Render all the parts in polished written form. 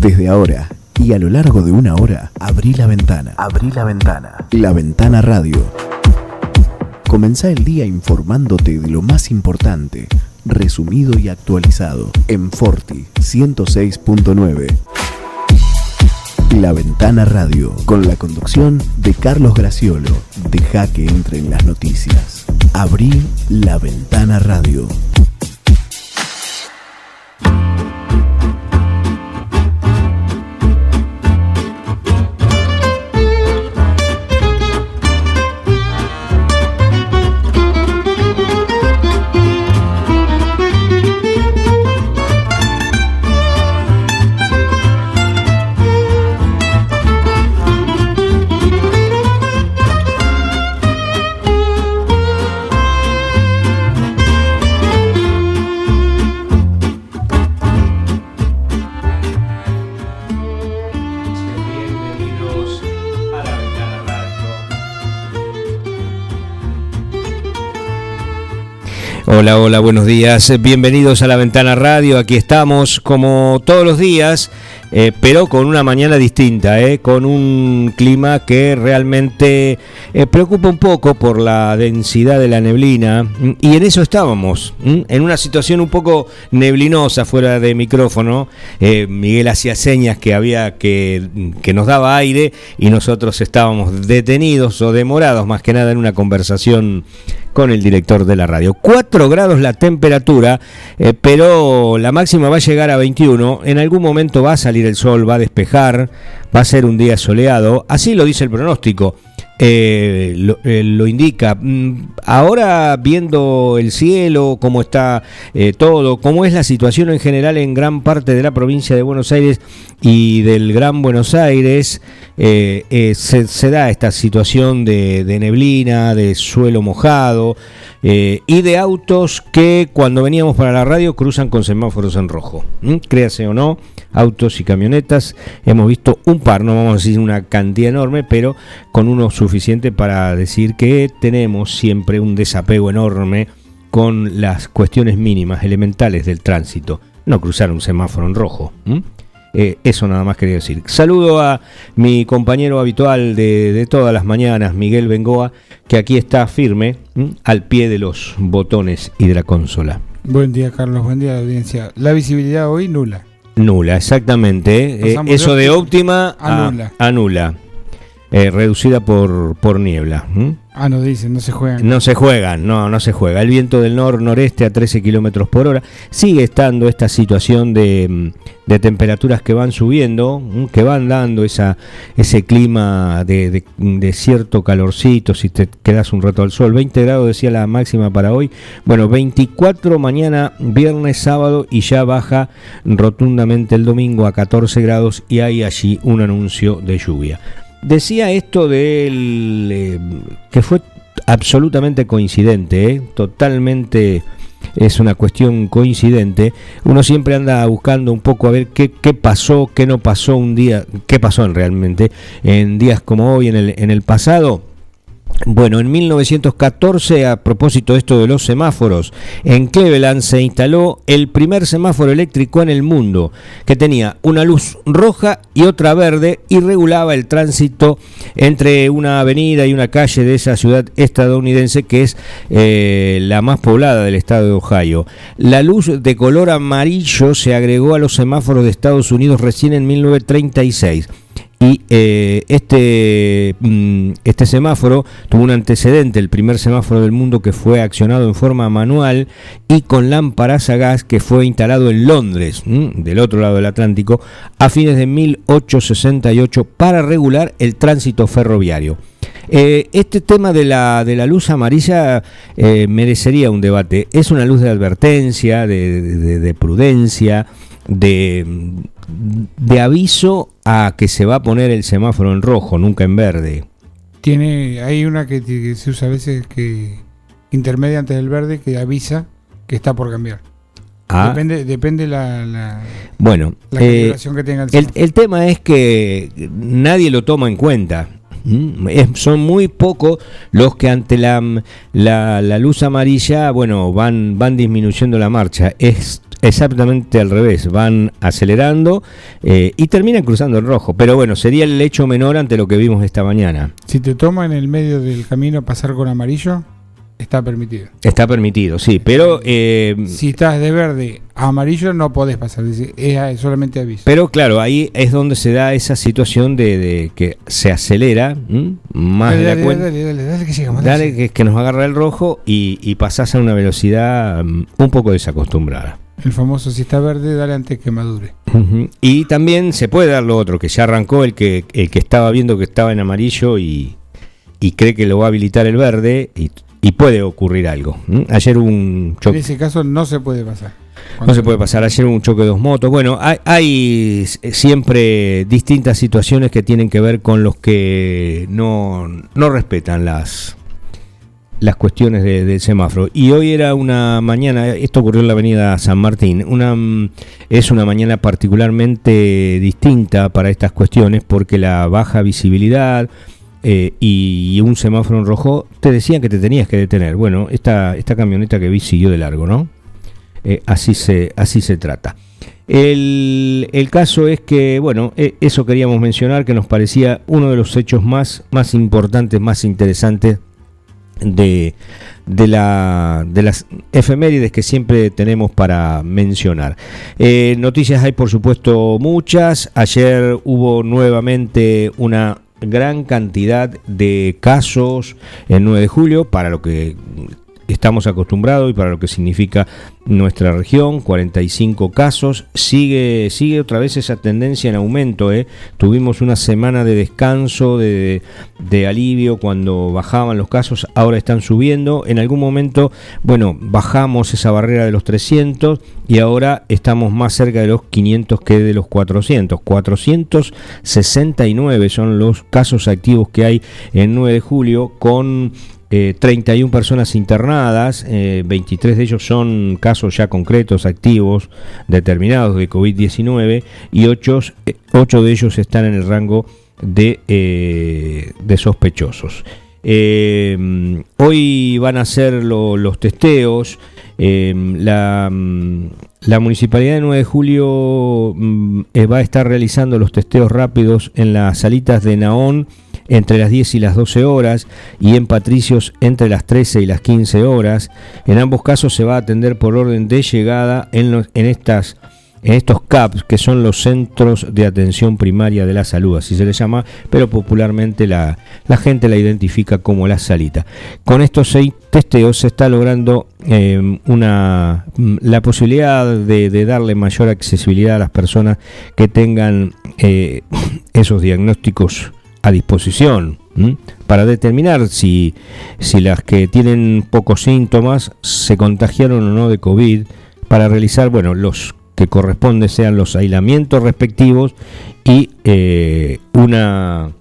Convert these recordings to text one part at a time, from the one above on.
Desde ahora y a lo largo de una hora, abrí la ventana. Abrí la ventana. La Ventana Radio. Comenzá el día informándote de lo más importante, resumido y actualizado, en Forti 106.9. La Ventana Radio, con la conducción de Carlos Graciolo. Deja que entren las noticias. Abrí la Ventana Radio. Hola, hola, buenos días. Bienvenidos a La Ventana Radio. Aquí estamos como todos los días, pero con una mañana distinta, con un clima que realmente preocupa un poco por la densidad de la neblina. Y en eso estábamos, en una situación un poco neblinosa fuera de micrófono. Miguel hacía señas que nos daba aire y nosotros estábamos detenidos o demorados más que nada en una conversación con el director de la radio. 4 grados la temperatura, pero la máxima va a llegar a 21. En algún momento va a salir el sol, va a despejar, va a ser un día soleado. Así lo dice el pronóstico. Lo indica. Ahora, viendo el cielo, cómo está todo, cómo es la situación en general en gran parte de la provincia de Buenos Aires y del Gran Buenos Aires, se da esta situación de neblina, de suelo mojado y de autos que cuando veníamos para la radio cruzan con semáforos en rojo. Créase o no, autos y camionetas, hemos visto un par, no vamos a decir una cantidad enorme, pero con uno suficiente para decir que tenemos siempre un desapego enorme con las cuestiones mínimas, elementales del tránsito. No cruzar un semáforo en rojo. Eso nada más quería decir. Saludo a mi compañero habitual de todas las mañanas, Miguel Bengoa, que aquí está firme al pie de los botones y de la consola. Buen día, Carlos, buen día a la audiencia. La visibilidad hoy nula. Nula, exactamente. Eso de óptima a nula. Reducida por niebla. No dicen, no se juegan. No se juega. El viento del noreste a 13 kilómetros por hora. Sigue estando esta situación de temperaturas que van subiendo, que van dando ese clima de cierto calorcito si te quedas un rato al sol. 20 grados decía la máxima para hoy. Bueno, 24 mañana, viernes, sábado, y ya baja rotundamente el domingo a 14 grados y hay allí un anuncio de lluvia. Decía esto que fue absolutamente coincidente, totalmente es una cuestión coincidente. Uno siempre anda buscando un poco a ver qué pasó, qué no pasó un día, qué pasó realmente en días como hoy, en el pasado. Bueno, en 1914, a propósito de esto de los semáforos, en Cleveland se instaló el primer semáforo eléctrico en el mundo, que tenía una luz roja y otra verde y regulaba el tránsito entre una avenida y una calle de esa ciudad estadounidense que es la más poblada del estado de Ohio. La luz de color amarillo se agregó a los semáforos de Estados Unidos recién en 1936. Y este semáforo tuvo un antecedente, el primer semáforo del mundo que fue accionado en forma manual y con lámparas a gas, que fue instalado en Londres, del otro lado del Atlántico, a fines de 1868 para regular el tránsito ferroviario. Este tema de la luz amarilla merecería un debate. Es una luz de advertencia, de prudencia, de aviso a que se va a poner el semáforo en rojo, nunca en verde. Hay una que se usa a veces, que intermedia antes del verde, que avisa que está por cambiar. Depende la configuración que tenga el semáforo. El tema es que nadie lo toma en cuenta. Son muy pocos los que ante la luz amarilla, van disminuyendo la marcha. Es exactamente al revés, van acelerando y terminan cruzando el rojo. Pero bueno, sería el hecho menor ante lo que vimos esta mañana. Si te toma en el medio del camino pasar con amarillo, está permitido. Está permitido, sí, pero... si estás de verde a amarillo no podés pasar, es solamente aviso. Pero claro, ahí es donde se da esa situación de que se acelera más de la cuenta. Dale, que llegamos. Dale, que nos agarra el rojo y pasás a una velocidad un poco desacostumbrada. El famoso, si está verde, dale antes que madure. Uh-huh. Y también se puede dar lo otro, que ya arrancó el que estaba viendo que estaba en amarillo y cree que lo va a habilitar el verde y puede ocurrir algo. Ayer hubo un choque. En ese caso no se puede pasar. No se puede pasar. Ayer hubo un choque de dos motos. Bueno, hay siempre distintas situaciones que tienen que ver con los que no respetan las cuestiones del semáforo. Y hoy era una mañana, esto ocurrió en la avenida San Martín, es una mañana particularmente distinta para estas cuestiones porque la baja visibilidad y un semáforo en rojo te decían que te tenías que detener. Bueno, esta camioneta que vi siguió de largo, ¿no? Así se trata. El caso es que, bueno, eso queríamos mencionar, que nos parecía uno de los hechos más importantes, más interesantes de las efemérides que siempre tenemos para mencionar. Noticias hay, por supuesto, muchas. Ayer hubo nuevamente una gran cantidad de casos en 9 de julio, para lo que estamos acostumbrados y para lo que significa nuestra región. 45 casos, sigue otra vez esa tendencia en aumento. Tuvimos una semana de descanso, de alivio cuando bajaban los casos, ahora están subiendo. En algún momento, bueno, bajamos esa barrera de los 300 y ahora estamos más cerca de los 500 que de los 400. 469 son los casos activos que hay en 9 de julio, con 31 personas internadas, 23 de ellos son casos ya concretos, activos, determinados de COVID-19, y 8 de ellos están en el rango de sospechosos. Hoy van a ser los testeos. La Municipalidad de 9 de julio va a estar realizando los testeos rápidos en las salitas de Naón entre las 10 y las 12 horas y en Patricios entre las 13 y las 15 horas. En ambos casos se va a atender por orden de llegada en estos CAPs, que son los Centros de Atención Primaria de la Salud, así se les llama, pero popularmente la gente la identifica como la salita. Con estos 6 testeos se está logrando la posibilidad de darle mayor accesibilidad a las personas que tengan esos diagnósticos a disposición, para determinar si las que tienen pocos síntomas se contagiaron o no de COVID, para realizar, bueno, los que corresponde sean los aislamientos respectivos y una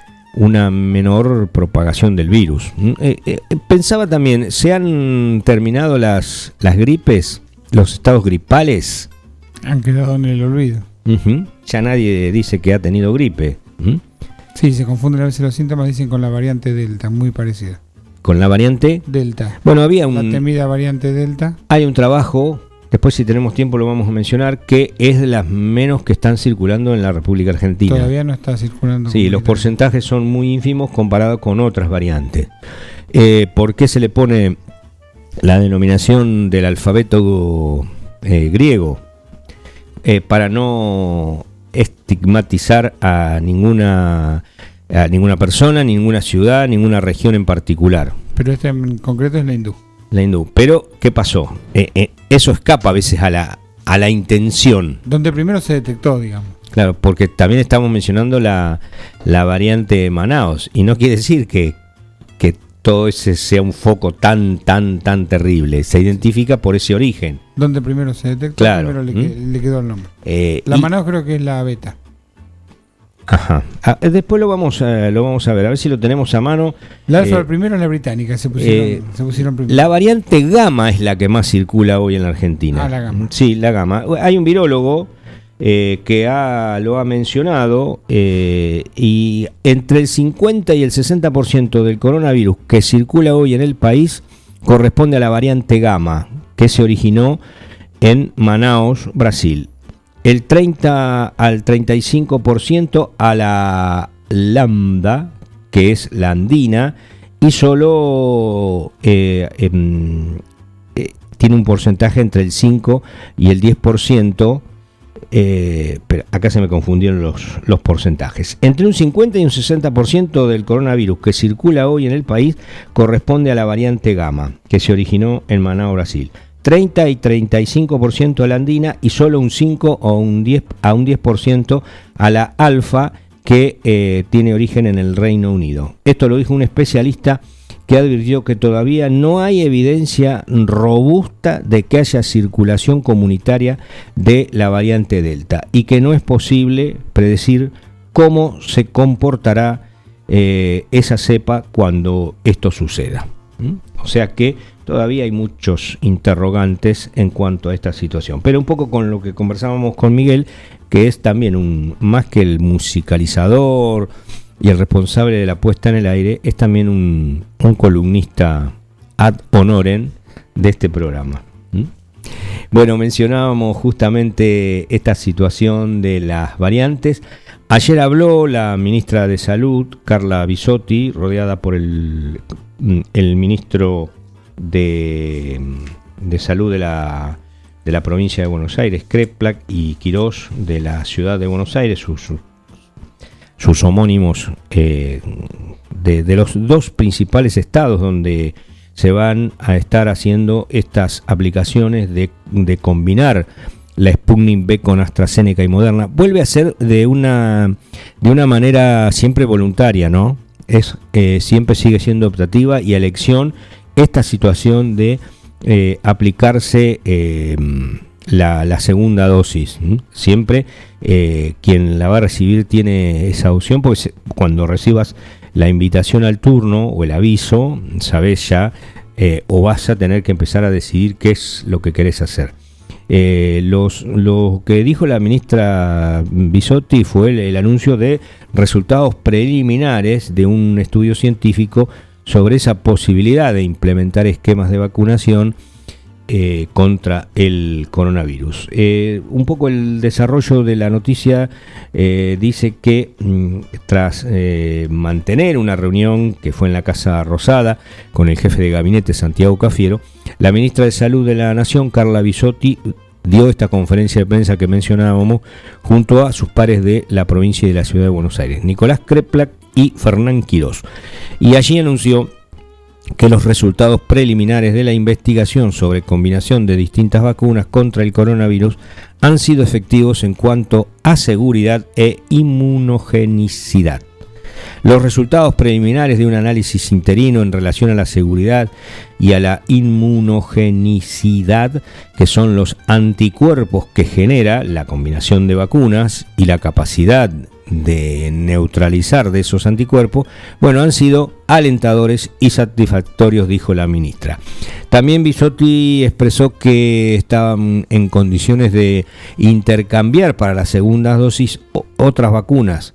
menor propagación del virus. Pensaba también, ¿se han terminado las gripes, los estados gripales? Han quedado en el olvido. Ya nadie dice que ha tenido gripe. Sí, se confunden a veces los síntomas, dicen con la variante Delta, muy parecida. ¿Con la variante? Delta. Bueno, había la temida variante Delta. Hay un trabajo, después si tenemos tiempo lo vamos a mencionar, que es de las menos que están circulando en la República Argentina. Todavía no está circulando. Sí, los porcentajes son muy ínfimos comparados con otras variantes. ¿Por qué se le pone la denominación del alfabeto griego? Para no estigmatizar a ninguna persona, ninguna ciudad, ninguna región en particular. Pero este en concreto es la hindú. La hindú. Pero, ¿qué pasó? Eso escapa a veces a la intención. Donde primero se detectó, digamos. Claro, porque también estamos mencionando la variante Manaos, y no quiere decir que todo ese sea un foco tan terrible. Se identifica por ese origen. Donde primero se detectó, claro. Primero le quedó el nombre. La Manaos creo que es la beta. Ajá. Después lo vamos a ver si lo tenemos a mano. La alfa primero es la británica, se pusieron primero. La variante gamma es la que más circula hoy en la Argentina. La gamma. Sí, la gamma. Hay un virólogo que lo ha mencionado, y entre el 50 y el 60% del coronavirus que circula hoy en el país corresponde a la variante gamma, que se originó en Manaus, Brasil. El 30 al 35% a la lambda, que es la andina, y solo tiene un porcentaje entre el 5 y el 10%. Pero acá se me confundieron los porcentajes. Entre un 50 y un 60% del coronavirus que circula hoy en el país corresponde a la variante Gamma, que se originó en Manaus, Brasil. 30 y 35% a la andina y solo un 5 o un 10% a la alfa, que tiene origen en el Reino Unido. Esto lo dijo un especialista que advirtió que todavía no hay evidencia robusta de que haya circulación comunitaria de la variante Delta y que no es posible predecir cómo se comportará esa cepa cuando esto suceda. O sea que todavía hay muchos interrogantes en cuanto a esta situación. Pero un poco con lo que conversábamos con Miguel, que es también más que el musicalizador y el responsable de la puesta en el aire, es también un columnista ad honorem de este programa. Bueno, mencionábamos justamente esta situación de las variantes. Ayer habló la ministra de Salud, Carla Bisotti, rodeada por el ministro de Salud de la provincia de Buenos Aires, Kreplak, y Quirós de la ciudad de Buenos Aires, sus homónimos de los dos principales estados donde se van a estar haciendo estas aplicaciones de combinar la Sputnik V con AstraZeneca y Moderna. Vuelve a ser de una manera siempre voluntaria, ¿no? Siempre sigue siendo optativa y a elección esta situación de aplicarse la segunda dosis. Siempre quien la va a recibir tiene esa opción, porque cuando recibas la invitación al turno o el aviso, sabes ya o vas a tener que empezar a decidir qué es lo que querés hacer. Lo que dijo la ministra Bisotti fue el anuncio de resultados preliminares de un estudio científico sobre esa posibilidad de implementar esquemas de vacunación contra el coronavirus. Un poco el desarrollo de la noticia dice que tras mantener una reunión que fue en la Casa Rosada con el jefe de gabinete Santiago Cafiero, la ministra de Salud de la Nación, Carla Bisotti, dio esta conferencia de prensa que mencionábamos junto a sus pares de la provincia y de la ciudad de Buenos Aires, Nicolás Kreplak y Fernán Quirós. Y allí anunció que los resultados preliminares de la investigación sobre combinación de distintas vacunas contra el coronavirus han sido efectivos en cuanto a seguridad e inmunogenicidad. Los resultados preliminares de un análisis interino en relación a la seguridad y a la inmunogenicidad, que son los anticuerpos que genera la combinación de vacunas y la capacidad de neutralizar de esos anticuerpos, han sido alentadores y satisfactorios, dijo la ministra. También Bisotti expresó que estaban en condiciones de intercambiar para las segundas dosis otras vacunas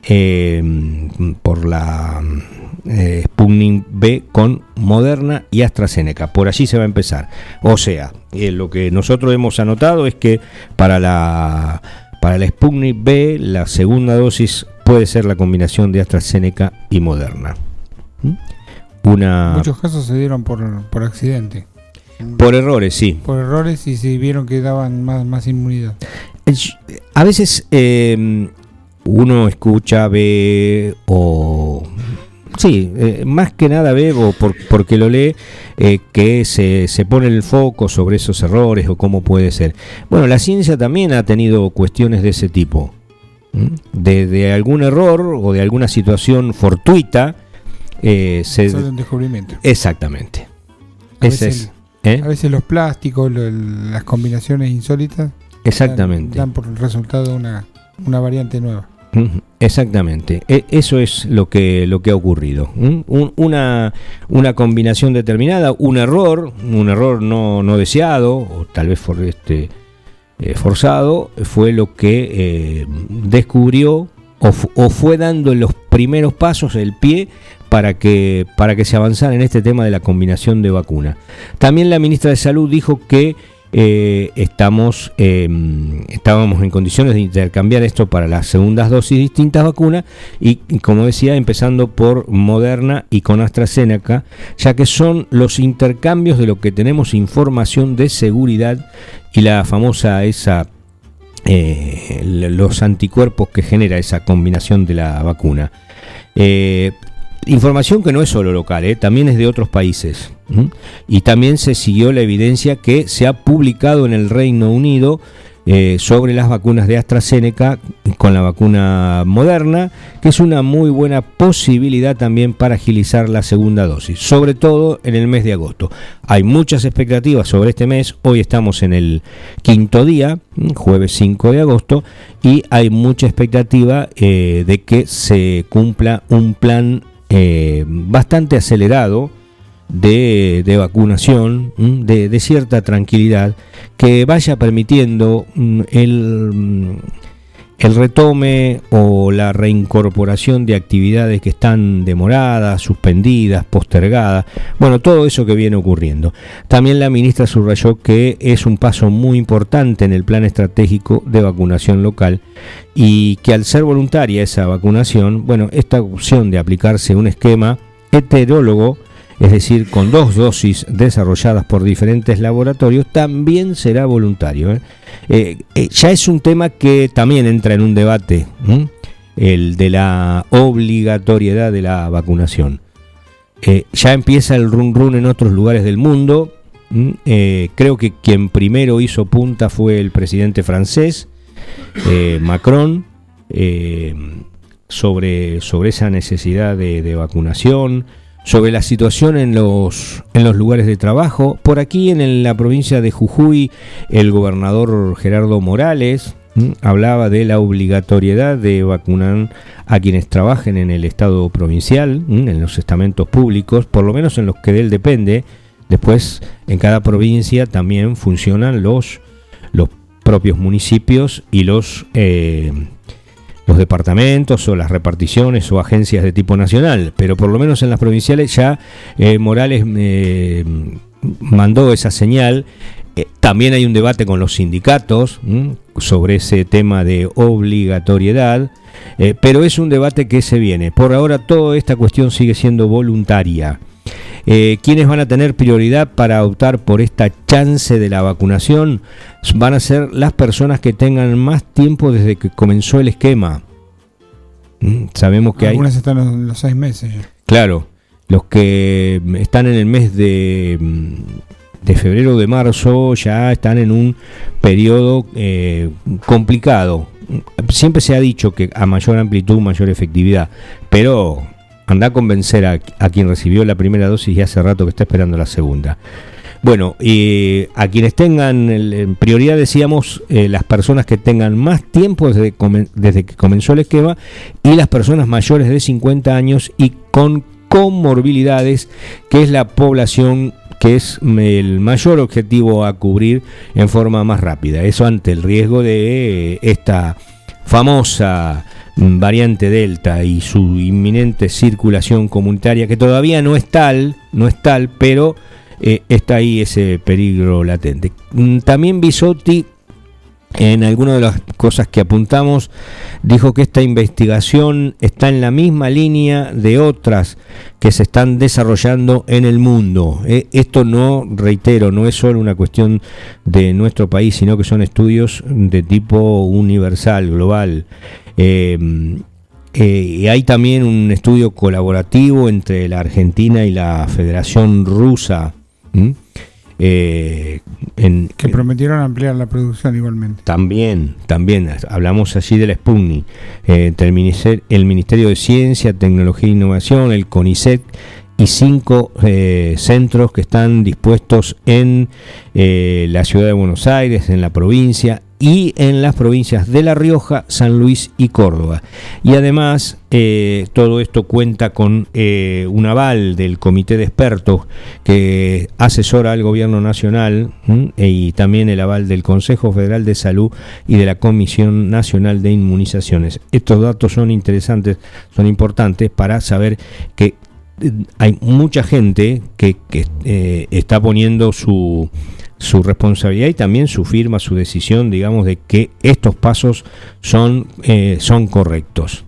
por la Sputnik V con Moderna y AstraZeneca. Por allí se va a empezar. O sea, lo que nosotros hemos anotado es que para la Sputnik V la segunda dosis puede ser la combinación de AstraZeneca y Moderna. Muchos casos se dieron por accidente. Por errores, sí. Por errores, y se vieron que daban más inmunidad. A veces uno escucha, ve o... Sí, más que nada ve porque lo lee, que se pone el foco sobre esos errores o cómo puede ser. Bueno, la ciencia también ha tenido cuestiones de ese tipo, de algún error o de alguna situación fortuita. Sale un descubrimiento. Exactamente. A veces los plásticos, las combinaciones insólitas, exactamente, dan por resultado una variante nueva. Exactamente, eso es lo que ha ocurrido. Una combinación determinada, un error no deseado o tal vez forzado, fue lo que descubrió o fue dando los primeros pasos, el pie para que se avanzara en este tema de la combinación de vacuna. También la ministra de Salud dijo que estábamos en condiciones de intercambiar esto para las segundas dosis de distintas vacunas y, como decía, empezando por Moderna y con AstraZeneca, ya que son los intercambios de lo que tenemos información de seguridad y la famosa los anticuerpos que genera esa combinación de la vacuna. Información que no es solo local, también es de otros países. Y también se siguió la evidencia que se ha publicado en el Reino Unido sobre las vacunas de AstraZeneca con la vacuna Moderna, que es una muy buena posibilidad también para agilizar la segunda dosis, sobre todo en el mes de agosto. Hay muchas expectativas sobre este mes. Hoy estamos en el quinto día, jueves 5 de agosto, y hay mucha expectativa de que se cumpla un plan bastante acelerado de vacunación, de cierta tranquilidad, que vaya permitiendo el retome o la reincorporación de actividades que están demoradas, suspendidas, postergadas, bueno, todo eso que viene ocurriendo. También la ministra subrayó que es un paso muy importante en el plan estratégico de vacunación local y que al ser voluntaria esa vacunación, bueno, esta opción de aplicarse un esquema heterólogo, es decir, con 2 dosis desarrolladas por diferentes laboratorios, también será voluntario. Ya es un tema que también entra en un debate, el de la obligatoriedad de la vacunación. Ya empieza el run en otros lugares del mundo. Creo que quien primero hizo punta fue el presidente francés, Macron, sobre esa necesidad de vacunación, sobre la situación en los lugares de trabajo. Por aquí en la provincia de Jujuy, el gobernador Gerardo Morales hablaba de la obligatoriedad de vacunar a quienes trabajen en el estado provincial, en los estamentos públicos, por lo menos en los que de él depende. Después, en cada provincia también funcionan los propios municipios y los departamentos o las reparticiones o agencias de tipo nacional, pero por lo menos en las provinciales ya Morales mandó esa señal. También hay un debate con los sindicatos sobre ese tema de obligatoriedad, pero es un debate que se viene. Por ahora toda esta cuestión sigue siendo voluntaria. ¿Quiénes van a tener prioridad para optar por esta chance de la vacunación? Van a ser las personas que tengan más tiempo desde que comenzó el esquema. Sabemos que algunas están en los 6 meses. Claro, los que están en el mes de febrero o de marzo ya están en un periodo complicado. Siempre se ha dicho que a mayor amplitud, mayor efectividad, pero anda a convencer a quien recibió la primera dosis y hace rato que está esperando la segunda. Bueno, y a quienes tengan en prioridad, decíamos, las personas que tengan más tiempo desde que comenzó el esquema, y las personas mayores de 50 años y con comorbilidades, que es la población que es el mayor objetivo a cubrir en forma más rápida. Eso ante el riesgo de esta famosa variante Delta y su inminente circulación comunitaria, que todavía no es tal, pero está ahí ese peligro latente. También Bisotti, en alguna de las cosas que apuntamos, dijo que esta investigación está en la misma línea de otras que se están desarrollando en el mundo. Esto no, reitero, no es solo una cuestión de nuestro país, sino que son estudios de tipo universal, global. Hay también un estudio colaborativo entre la Argentina y la Federación Rusa, que prometieron ampliar la producción igualmente. También hablamos allí del Sputnik, entre el Ministerio de Ciencia, Tecnología e Innovación, el CONICET y 5 centros que están dispuestos en la ciudad de Buenos Aires, en la provincia y en las provincias de La Rioja, San Luis y Córdoba. Y además todo esto cuenta con un aval del Comité de Expertos que asesora al Gobierno Nacional, y también el aval del Consejo Federal de Salud y de la Comisión Nacional de Inmunizaciones. Estos datos son interesantes, son importantes para saber que hay mucha gente que está poniendo su su responsabilidad y también su firma, su decisión, digamos, de que estos pasos son correctos.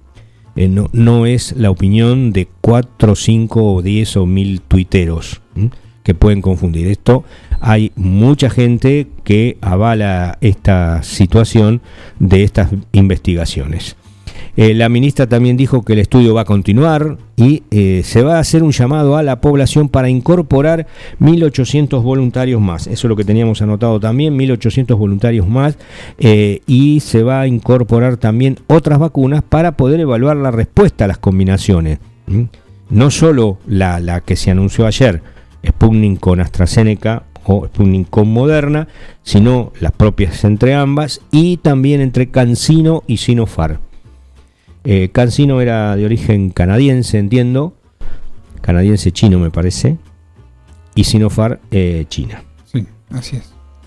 No es la opinión de 4, 5 o 10 o 1000 tuiteros que pueden confundir esto. Hay mucha gente que avala esta situación de estas investigaciones. La ministra también dijo que el estudio va a continuar y se va a hacer un llamado a la población para incorporar 1.800 voluntarios más. Eso es lo que teníamos anotado también, 1.800 voluntarios más, y se va a incorporar también otras vacunas para poder evaluar la respuesta a las combinaciones. No solo la que se anunció ayer, Sputnik con AstraZeneca o Sputnik con Moderna, sino las propias entre ambas y también entre CanSino y Sinopharm. CanSino era de origen canadiense, entiendo, canadiense chino me parece, y Sinopharm China. Sí, así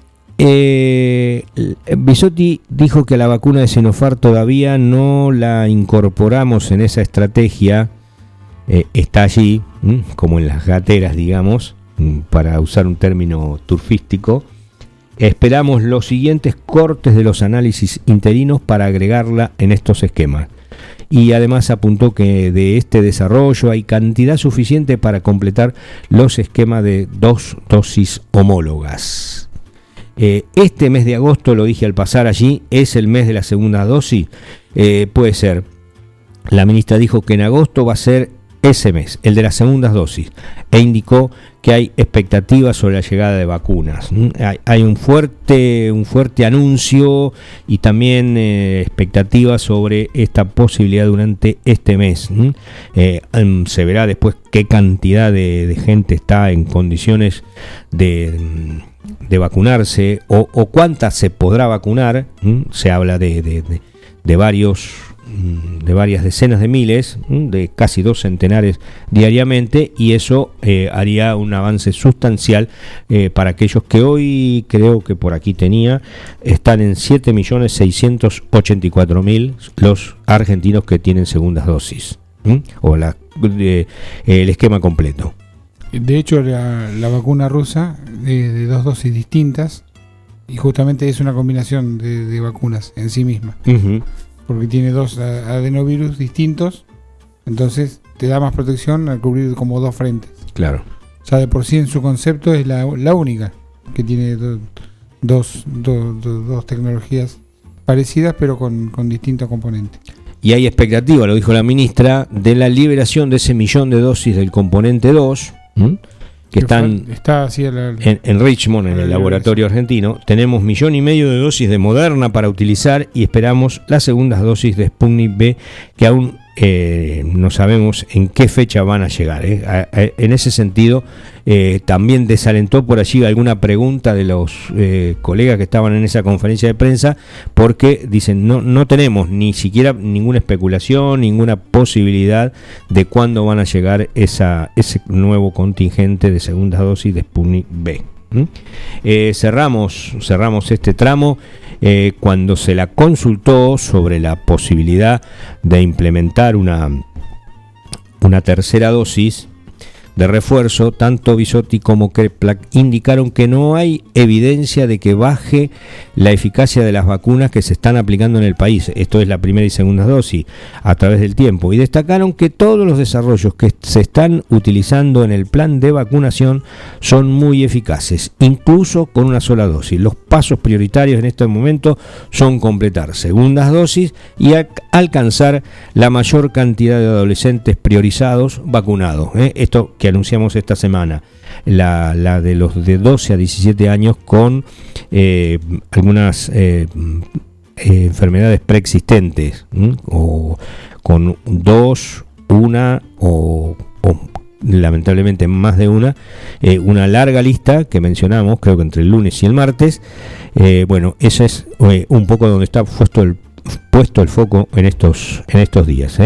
es. Bisotti dijo que la vacuna de Sinopharm todavía no la incorporamos en esa estrategia, está allí, como en las gateras, digamos, para usar un término turfístico. Esperamos los siguientes cortes de los análisis interinos para agregarla en estos esquemas. Y además apuntó que de este desarrollo hay cantidad suficiente para completar los esquemas de 2 dosis homólogas. Este mes de agosto, lo dije al pasar allí, es el mes de la segunda dosis. Puede ser. La ministra dijo que en agosto va a ser ese mes, el de las segundas dosis, e indicó que hay expectativas sobre la llegada de vacunas. Hay un fuerte anuncio y también expectativas sobre esta posibilidad durante este mes. Se verá después qué cantidad de gente está en condiciones de vacunarse o cuánta se podrá vacunar. Se habla de varias decenas de miles, de casi 2 centenares diariamente, y eso haría un avance sustancial para aquellos que hoy, creo que por aquí tenía, están en 7.684.000 los argentinos que tienen segundas dosis, o el esquema completo. De hecho, la vacuna rusa de 2 dosis distintas, y justamente es una combinación de vacunas en sí misma. Porque tiene 2 adenovirus distintos, entonces te da más protección al cubrir como 2 frentes. Claro. O sea, de por sí en su concepto es la única que tiene dos tecnologías parecidas, pero con distintos componentes. Y hay expectativa, lo dijo la ministra, de la liberación de ese 1.000.000 de dosis del componente 2, que está así en Richmond, en el laboratorio argentino. Tenemos 1,5 millones de dosis de Moderna para utilizar y esperamos las segundas dosis de Sputnik V, que aún no sabemos en qué fecha van a llegar. En ese sentido, también desalentó por allí alguna pregunta de los colegas que estaban en esa conferencia de prensa, porque dicen no tenemos ni siquiera ninguna especulación, ninguna posibilidad de cuándo van a llegar ese nuevo contingente de segunda dosis de Sputnik V. Cerramos este tramo cuando se la consultó sobre la posibilidad de implementar una tercera dosis de refuerzo. Tanto Bisotti como Kreplak indicaron que no hay evidencia de que baje la eficacia de las vacunas que se están aplicando en el país, esto es la primera y segunda dosis, a través del tiempo, y destacaron que todos los desarrollos que se están utilizando en el plan de vacunación son muy eficaces, incluso con una sola dosis. Los pasos prioritarios en este momento son completar segundas dosis y alcanzar la mayor cantidad de adolescentes priorizados vacunados. Esto que anunciamos esta semana, la de los de 12 a 17 años con algunas enfermedades preexistentes, o con 2, 1 o lamentablemente más de una larga lista que mencionamos, creo que entre el lunes y el martes. Bueno, ese es un poco donde está puesto el foco en estos días.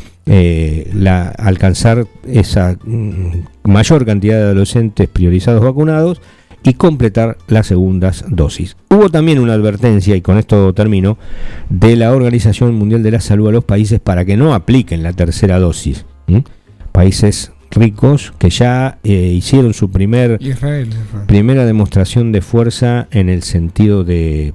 Alcanzar esa mayor cantidad de adolescentes priorizados vacunados y completar las segundas dosis. Hubo también una advertencia, y con esto termino, de la Organización Mundial de la Salud a los países para que no apliquen la tercera dosis. Países ricos que ya hicieron su primera demostración de fuerza en el sentido de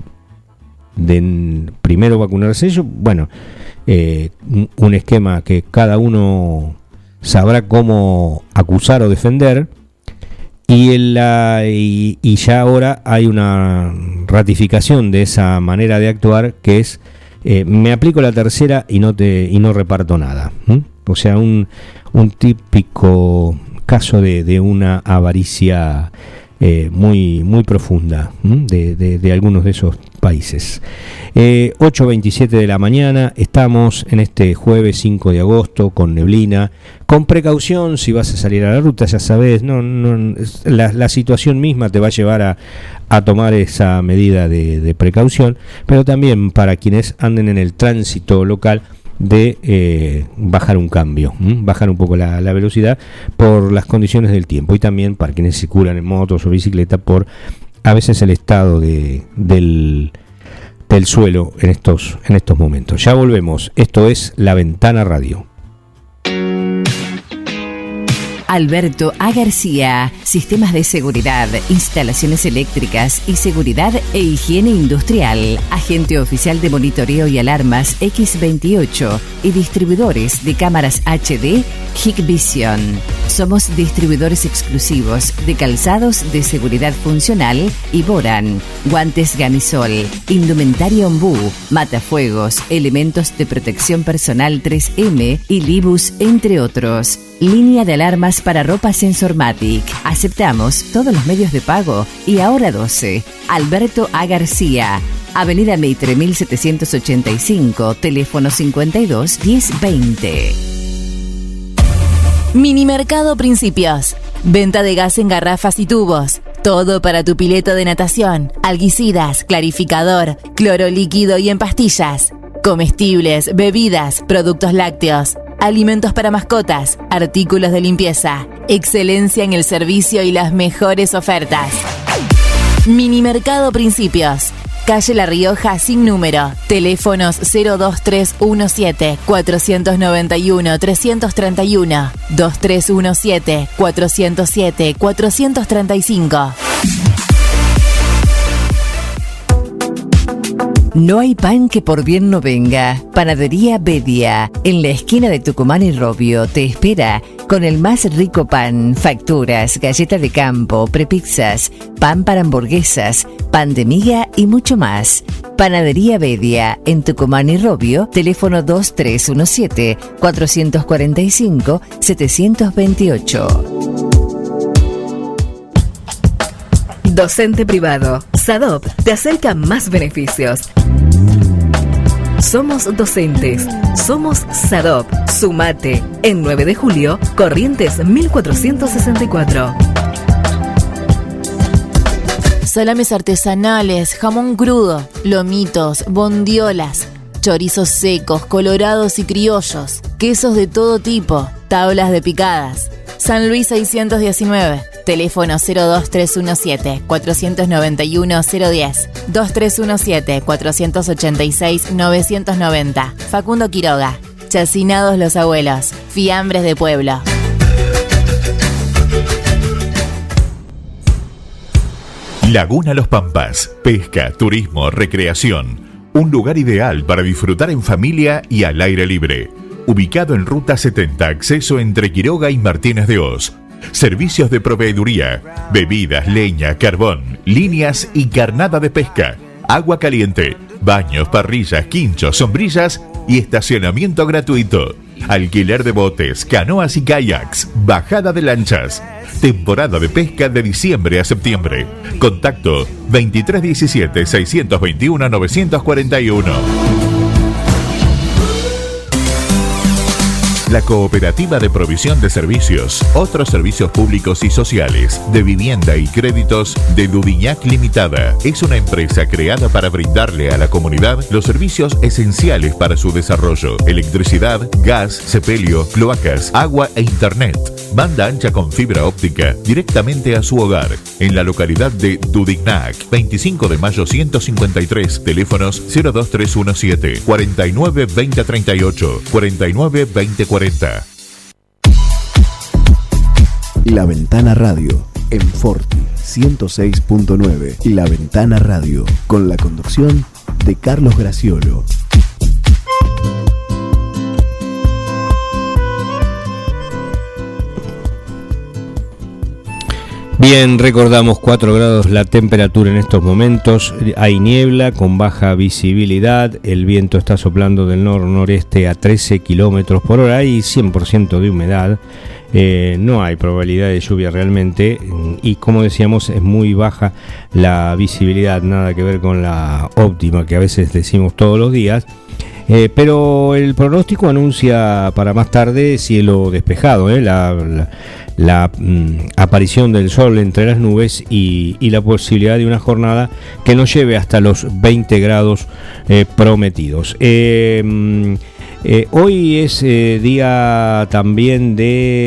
primero vacunarse ellos. Bueno, un esquema que cada uno sabrá cómo acusar o defender, y ya ahora hay una ratificación de esa manera de actuar, que es me aplico la tercera y no reparto nada. O sea, un típico caso de una avaricia muy profunda de algunos de esos países. 8:27 de la mañana, estamos en este jueves 5 de agosto con neblina, con precaución si vas a salir a la ruta, ya sabes, la situación misma te va a llevar a tomar esa medida de precaución, pero también para quienes anden en el tránsito local, de bajar un cambio, bajar un poco la velocidad por las condiciones del tiempo, y también para quienes circulan en motos o bicicleta por a veces el estado del suelo en estos momentos. Ya volvemos, esto es La Ventana Radio. Alberto A. García, sistemas de seguridad, instalaciones eléctricas y seguridad e higiene industrial, agente oficial de monitoreo y alarmas X28 y distribuidores de cámaras HD Hikvision. Somos distribuidores exclusivos de calzados de seguridad funcional y Boran, guantes Gamisol, indumentaria Ombú, matafuegos, elementos de protección personal 3M y Libus, entre otros. Línea de alarmas para ropa Sensormatic. Aceptamos todos los medios de pago y ahora 12. Alberto A. García, Avenida Mitre 1785, teléfono 52 1020. Minimercado Principios. Venta de gas en garrafas y tubos. Todo para tu pileta de natación, alguicidas, clarificador, cloro líquido y en pastillas. Comestibles, bebidas, productos lácteos, alimentos para mascotas, artículos de limpieza. Excelencia en el servicio y las mejores ofertas. Minimercado Principios. Calle La Rioja sin número. Teléfonos 02317 491 331 2317 407 435. No hay pan que por bien no venga. Panadería Bedia, en la esquina de Tucumán y Robbio, te espera con el más rico pan, facturas, galleta de campo, prepizzas, pan para hamburguesas, pan de miga y mucho más. Panadería Bedia, en Tucumán y Robbio, teléfono 2317 445 728. Docente privado. SADOP te acerca más beneficios. Somos docentes. Somos SADOP. Sumate. En 9 de julio, Corrientes 1464. Salames artesanales, jamón crudo, lomitos, bondiolas, chorizos secos, colorados y criollos, quesos de todo tipo, tablas de picadas. San Luis 619. Teléfono 02317 491 010 2317 486 990. Facundo Quiroga. Chacinados los abuelos. Fiambres de pueblo. Laguna Los Pampas. Pesca, turismo, recreación. Un lugar ideal para disfrutar en familia y al aire libre. Ubicado en Ruta 70, acceso entre Quiroga y Martínez de Hoz. Servicios de proveeduría, bebidas, leña, carbón, líneas y carnada de pesca, agua caliente, baños, parrillas, quinchos, sombrillas y estacionamiento gratuito. Alquiler de botes, canoas y kayaks, bajada de lanchas. Temporada de pesca de diciembre a septiembre. Contacto 2317-621-941. La Cooperativa de Provisión de Servicios, otros servicios públicos y sociales, de vivienda y créditos de Dudignac Limitada. Es una empresa creada para brindarle a la comunidad los servicios esenciales para su desarrollo: electricidad, gas, sepelio, cloacas, agua e internet. Banda ancha con fibra óptica directamente a su hogar. En la localidad de Dudignac, 25 de mayo 153, teléfonos 02317 49 2038, 49 2040. La Ventana Radio, en Forti 106.9. La Ventana Radio, con la conducción de Carlos Graciolo. Bien, recordamos 4 grados la temperatura en estos momentos, hay niebla con baja visibilidad, el viento está soplando del nor-noreste a 13 kilómetros por hora, hay 100% de humedad, no hay probabilidad de lluvia realmente y como decíamos es muy baja la visibilidad, nada que ver con la óptima que a veces decimos todos los días. Pero el pronóstico anuncia para más tarde cielo despejado, la aparición del sol entre las nubes y la posibilidad de una jornada que nos lleve hasta los 20 grados prometidos. Hoy es día también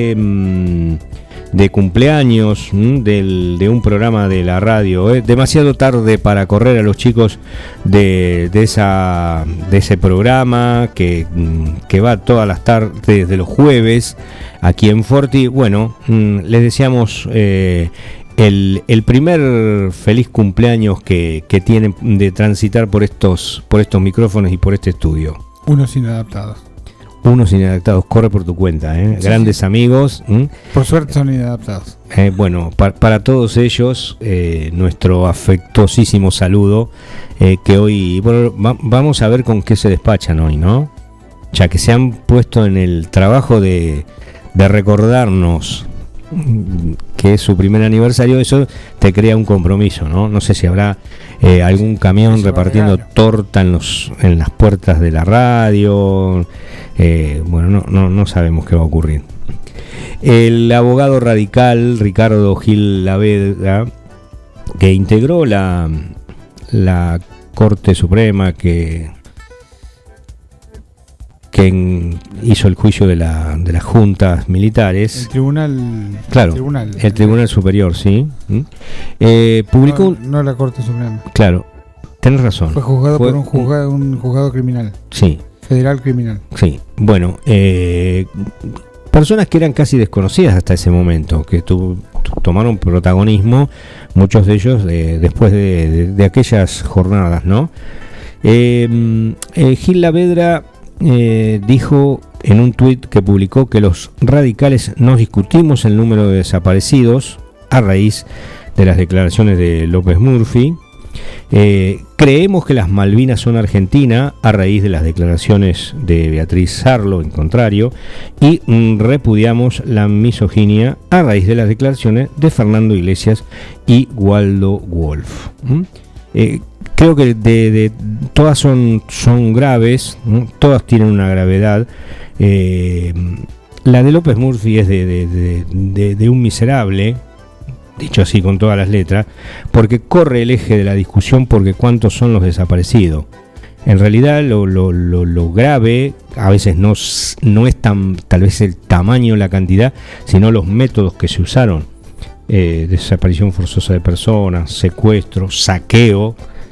de cumpleaños de un programa de la radio, demasiado tarde para correr a los chicos de ese programa que va todas las tardes de los jueves aquí en Forti. Bueno, les deseamos el primer feliz cumpleaños que tienen de transitar por estos micrófonos y por este estudio. Unos inadaptados, corre por tu cuenta, sí, grandes sí. Amigos. Por suerte son inadaptados. Bueno, para todos ellos, nuestro afectuosísimo saludo, que hoy, bueno, vamos a ver con qué se despachan hoy, ¿no? Ya que se han puesto en el trabajo de recordarnos que es su primer aniversario, eso te crea un compromiso, ¿no? No sé si habrá algún camión repartiendo torta en las puertas de la radio. Bueno, no sabemos qué va a ocurrir. El abogado radical Ricardo Gil Laveda, que integró la Corte Suprema que hizo el juicio de las juntas militares. El tribunal. Claro, el tribunal superior, sí. Publicó. No la Corte Suprema. Claro, tenés razón. Fue juzgado por un juzgado criminal. Sí. Federal criminal. Sí. Bueno, personas que eran casi desconocidas hasta ese momento, que tomaron protagonismo, muchos de ellos después de aquellas jornadas, ¿no? Gil Laveda dijo en un tuit que publicó que los radicales no discutimos el número de desaparecidos a raíz de las declaraciones de López Murphy. Creemos que las Malvinas son Argentina a raíz de las declaraciones de Beatriz Sarlo, en contrario, y repudiamos la misoginia a raíz de las declaraciones de Fernando Iglesias y Waldo Wolf. Creo que de todas son graves, ¿no? Todas tienen una gravedad. La de López Murphy es de un miserable, dicho así con todas las letras, porque corre el eje de la discusión porque cuántos son los desaparecidos. En realidad lo grave a veces no es tal vez el tamaño, la cantidad, sino los métodos que se usaron. Desaparición forzosa de personas, secuestro, saqueo,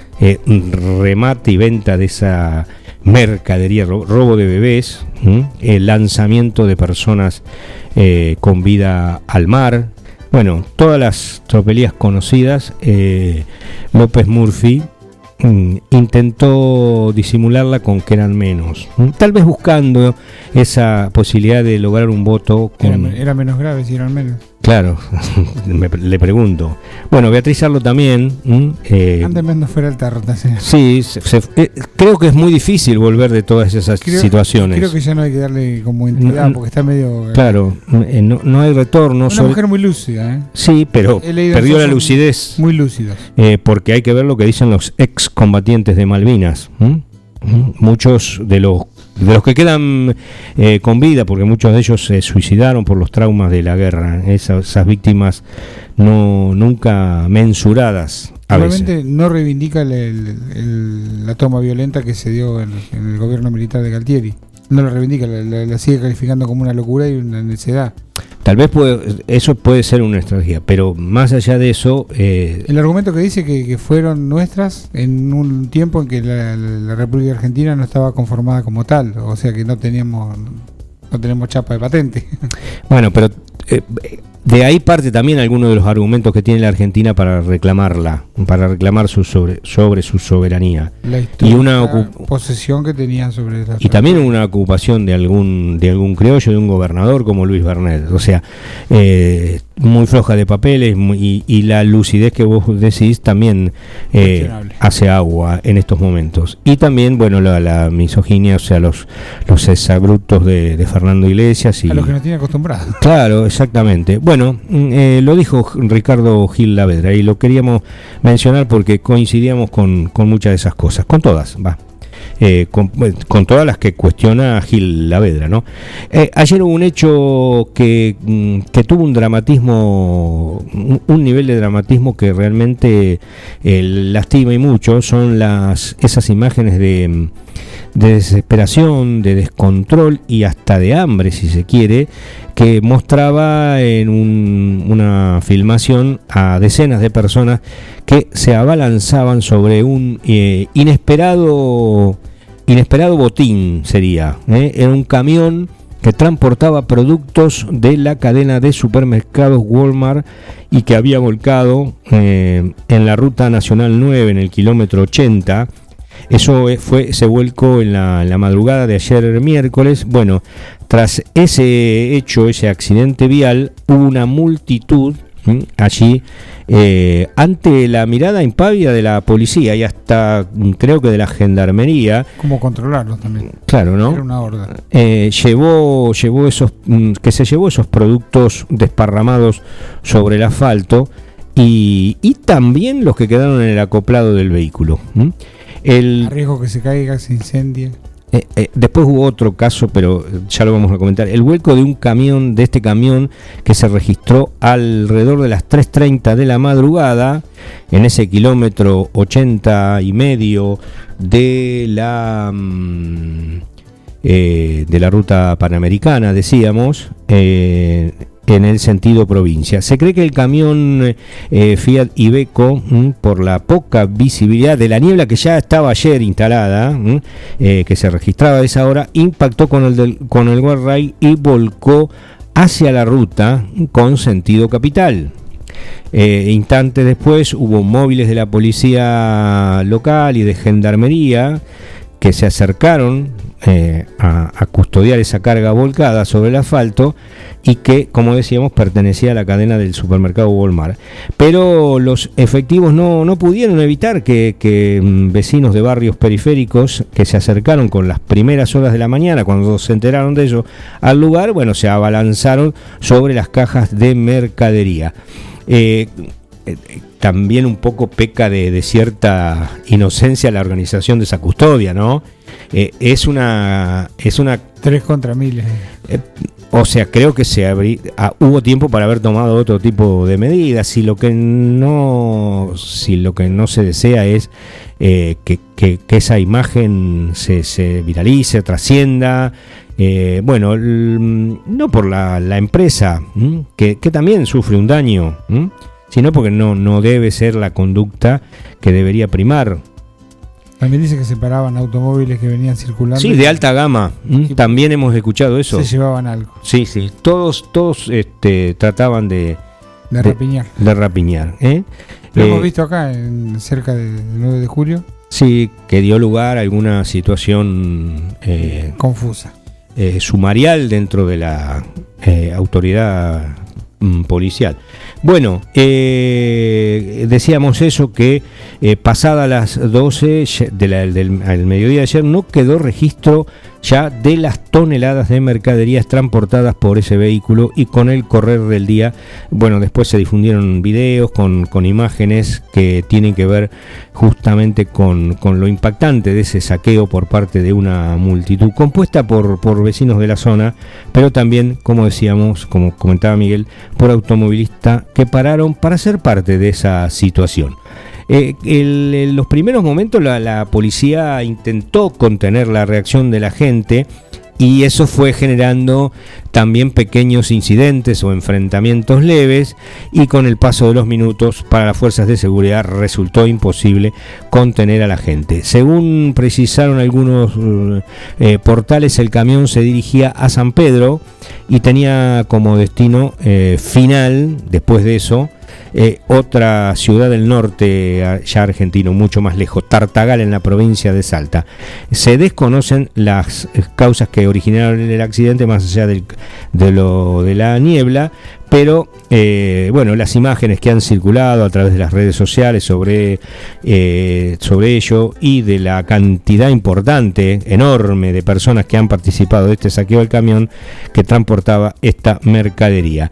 remate y venta de esa mercadería, robo de bebés, el lanzamiento de personas con vida al mar. Bueno, todas las tropelías conocidas. López Murphy intentó disimularla con que eran menos, tal vez buscando esa posibilidad de lograr un voto era menos grave si eran menos. Claro, le pregunto. Bueno, Beatriz Sarlo también. Antes no fuera el tarro. Sí, creo que es muy difícil volver de todas esas situaciones. Creo que ya no hay que darle como entidad porque está medio. Claro, no hay retorno. Una mujer muy lúcida, Sí, pero perdió la lucidez. Muy lúcidos. Porque hay que ver lo que dicen los excombatientes de Malvinas. Muchos de los que quedan con vida, porque muchos de ellos se suicidaron por los traumas de la guerra, esas víctimas nunca mensuradas. Realmente no reivindica la toma violenta que se dio en el gobierno militar de Galtieri. No la reivindica, la sigue calificando como una locura y una necedad. Tal vez eso puede ser una estrategia, pero más allá de eso... el argumento que dice que fueron nuestras en un tiempo en que la República Argentina no estaba conformada como tal, o sea que no tenemos chapa de patente. Bueno, pero de ahí parte también alguno de los argumentos que tiene la Argentina para reclamar sobre su soberanía. La y una posesión que tenía sobre la y también una ocupación de algún criollo, de un gobernador como Luis Bernet. O sea, muy floja de papeles y la lucidez que vos decís también hace agua en estos momentos. Y también, bueno, la misoginia, o sea, los exabruptos de Fernando Iglesias. Y, a los que nos tiene acostumbrados. Claro, exactamente. Bueno, lo dijo Ricardo Gil Lavedra y lo queríamos mencionar porque coincidíamos con muchas de esas cosas, con todas, con todas las que cuestiona Gil Lavedra, ¿no? Ayer hubo un hecho que tuvo un dramatismo, un nivel de dramatismo que realmente lastima y mucho. Son esas imágenes de desesperación, de descontrol y hasta de hambre, si se quiere, que mostraba en una filmación a decenas de personas que se abalanzaban sobre un inesperado botín, sería. Era un camión que transportaba productos de la cadena de supermercados Walmart y que había volcado en la ruta nacional 9, en el kilómetro 80. Eso se volcó en la madrugada de ayer miércoles. Bueno, tras ese hecho, ese accidente vial, hubo una multitud allí ante la mirada impávida de la policía y hasta creo que de la gendarmería. ¿Cómo controlarlos también? Claro, ¿no? Era una horda. Llevó esos productos desparramados sobre el asfalto y también los que quedaron en el acoplado del vehículo. A riesgo que se caiga, se incendie. Después hubo otro caso, pero ya lo vamos a comentar. El vuelco de este camión que se registró alrededor de las 3:30 de la madrugada en ese kilómetro 80 y medio de la ruta panamericana, decíamos, en el sentido provincia. Se cree que el camión Fiat Iveco, por la poca visibilidad de la niebla que ya estaba ayer instalada, que se registraba a esa hora, impactó con el guardrail y volcó hacia la ruta con sentido capital. Instantes después hubo móviles de la policía local y de gendarmería que se acercaron a custodiar esa carga volcada sobre el asfalto y que, como decíamos, pertenecía a la cadena del supermercado Walmart. Pero los efectivos no pudieron evitar que vecinos de barrios periféricos que se acercaron con las primeras horas de la mañana, cuando se enteraron de ello al lugar, bueno, se abalanzaron sobre las cajas de mercadería. También un poco peca de cierta inocencia la organización de esa custodia, ¿no? Es una 3 contra 1000. O sea, creo que hubo tiempo para haber tomado otro tipo de medidas. Si lo que no se desea es que esa imagen se viralice, trascienda. Bueno, no por la empresa, que también sufre un daño, sino porque no debe ser la conducta que debería primar. También dice que se paraban automóviles que venían circulando. Sí, de alta gama. También hemos escuchado eso. Se llevaban algo. Sí. Todos trataban de rapiñar. De rapiñar. Lo hemos visto acá, cerca del 9 de julio. Sí, que dio lugar a alguna situación confusa. Sumarial dentro de la autoridad policial. Bueno, decíamos eso, que pasada las 12 al mediodía de ayer no quedó registro ya de las toneladas de mercaderías transportadas por ese vehículo, y con el correr del día, bueno, después se difundieron videos con imágenes que tienen que ver justamente con lo impactante de ese saqueo por parte de una multitud compuesta por vecinos de la zona, pero también, como decíamos, como comentaba Miguel, por automovilistas que pararon para ser parte de esa situación. En los primeros momentos la policía intentó contener la reacción de la gente y eso fue generando también pequeños incidentes o enfrentamientos leves, y con el paso de los minutos para las fuerzas de seguridad resultó imposible contener a la gente. Según precisaron algunos portales, el camión se dirigía a San Pedro y tenía como destino final, después de eso, otra ciudad del norte ya argentino, mucho más lejos, Tartagal, en la provincia de Salta. Se desconocen las causas que originaron el accidente, más allá de la niebla, pero bueno, las imágenes que han circulado a través de las redes sociales sobre ello, y de la cantidad importante, enorme, de personas que han participado de este saqueo del camión que transportaba esta mercadería.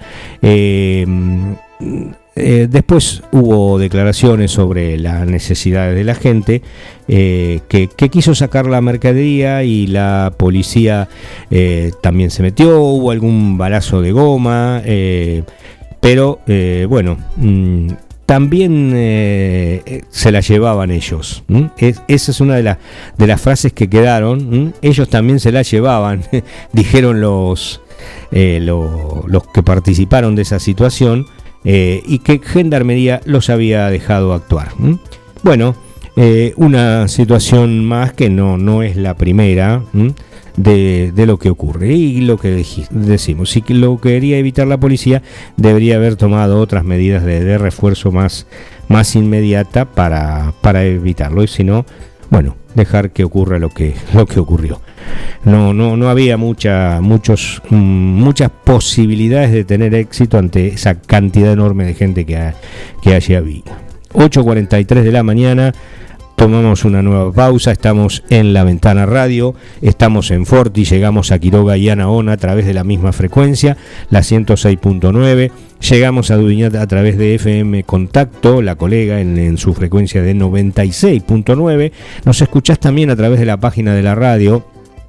Después hubo declaraciones sobre las necesidades de la gente que quiso sacar la mercadería, y la policía también se metió, hubo algún balazo de goma, pero bueno, también se la llevaban ellos. Esa es una de las frases que quedaron. Ellos también se la llevaban, dijeron los que participaron de esa situación. Y que Gendarmería los había dejado actuar. Bueno, una situación más que no es la primera de lo que ocurre, y lo que decimos, si lo quería evitar la policía, debería haber tomado otras medidas de refuerzo más inmediata para evitarlo, y si no, bueno, dejar que ocurra lo que ocurrió. No había muchas posibilidades de tener éxito ante esa cantidad enorme de gente que allí había. 8:43 de la mañana. Tomamos una nueva pausa, estamos en La Ventana Radio, estamos en Forti, llegamos a Quiroga y Anaona a través de la misma frecuencia, la 106.9, llegamos a Dudiñat a través de FM Contacto, la colega en su frecuencia de 96.9, nos escuchás también a través de la página de la radio,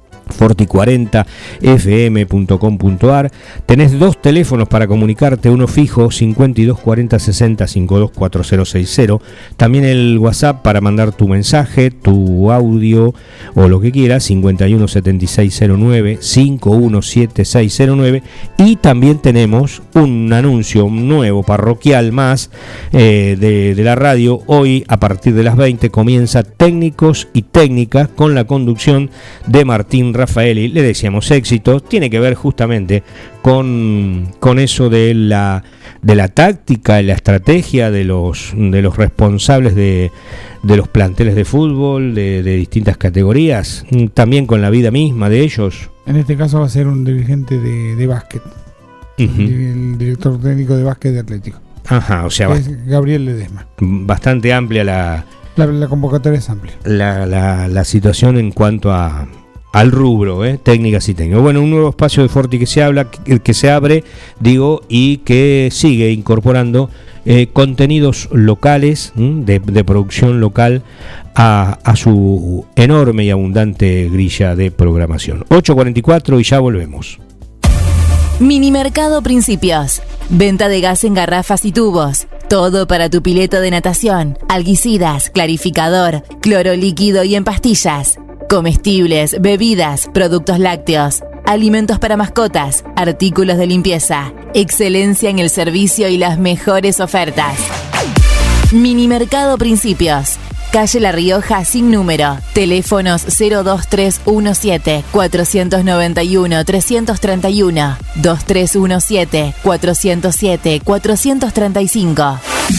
forti40fm.com.ar. Tenés dos teléfonos para comunicarte, uno fijo 52 40 60 52 4060, también el WhatsApp para mandar tu mensaje, tu audio o lo que quieras, 51 7609 517609, y también tenemos un anuncio nuevo parroquial más de la radio. Hoy a partir de las 20 comienza Técnicos y Técnicas con la conducción de Martín Rafaeli. Le deseamos éxito. Tiene que ver justamente con eso de la táctica y la estrategia de los responsables de los planteles de fútbol de distintas categorías, también con la vida misma de ellos. En este caso va a ser un dirigente de básquet, el director técnico de básquet de Atlético. Ajá, o sea, es Gabriel Ledesma. Bastante amplia la convocatoria, es amplia. La situación en cuanto al rubro, técnicas y técnicos. Bueno, un nuevo espacio de Forti que se abre, y que sigue incorporando contenidos locales, de producción local, a su enorme y abundante grilla de programación. 8:44 y ya volvemos. Minimercado Principios. Venta de gas en garrafas y tubos. Todo para tu pileta de natación. Alguicidas, clarificador, cloro líquido y en pastillas. Comestibles, bebidas, productos lácteos, alimentos para mascotas, artículos de limpieza. Excelencia en el servicio y las mejores ofertas. Minimercado Principios. Calle La Rioja sin número. Teléfonos 02317 491 331 2317 407 435.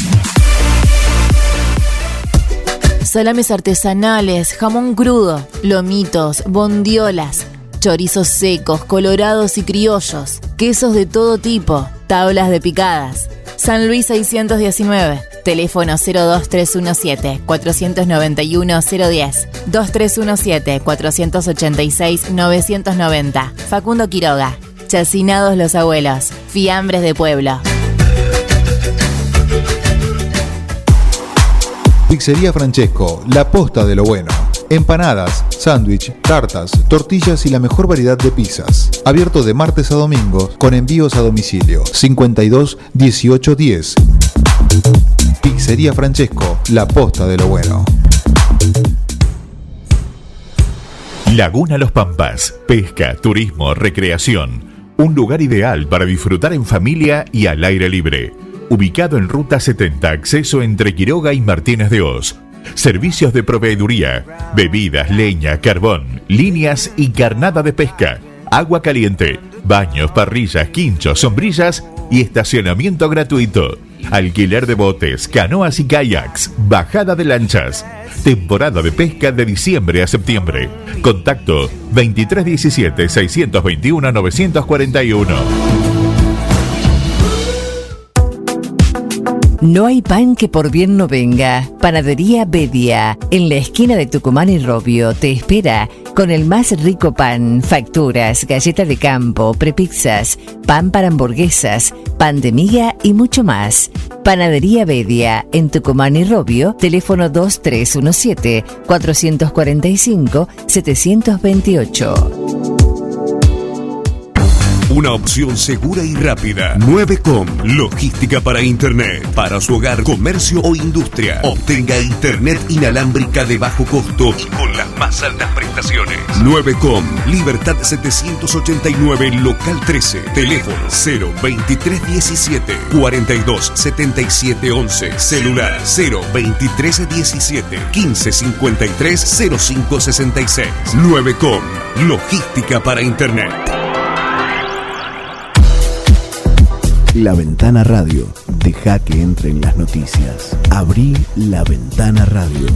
Salames artesanales, jamón crudo, lomitos, bondiolas, chorizos secos, colorados y criollos, quesos de todo tipo, tablas de picadas. San Luis 619, teléfono 02317 491 010 2317 486 990. Facundo Quiroga. Chacinados los abuelos, fiambres de pueblo. Pizzería Francesco, la posta de lo bueno. Empanadas, sándwich, tartas, tortillas y la mejor variedad de pizzas. Abierto de martes a domingo con envíos a domicilio. 52 18 10. Pizzería Francesco, la posta de lo bueno. Laguna Los Pampas, pesca, turismo, recreación. Un lugar ideal para disfrutar en familia y al aire libre. Ubicado en Ruta 70, acceso entre Quiroga y Martínez de Hoz. Servicios de proveeduría, bebidas, leña, carbón, líneas y carnada de pesca. Agua caliente, baños, parrillas, quinchos, sombrillas y estacionamiento gratuito. Alquiler de botes, canoas y kayaks, bajada de lanchas. Temporada de pesca de diciembre a septiembre. Contacto 2317-621-941. No hay pan que por bien no venga. Panadería Bedia, en la esquina de Tucumán y Robbio, te espera con el más rico pan, facturas, galleta de campo, prepizzas, pan para hamburguesas, pan de miga y mucho más. Panadería Bedia, en Tucumán y Robbio, teléfono 2317-445-728. Una opción segura y rápida. 9com, logística para internet, para su hogar, comercio o industria. Obtenga internet inalámbrica de bajo costo y con las más altas prestaciones. 9com, Libertad 789, local 13. Teléfono 02317 427711. Celular 02317 1553 0566. 9com, logística para internet. La Ventana Radio. Deja que entren las noticias. Abrí La Ventana Radio.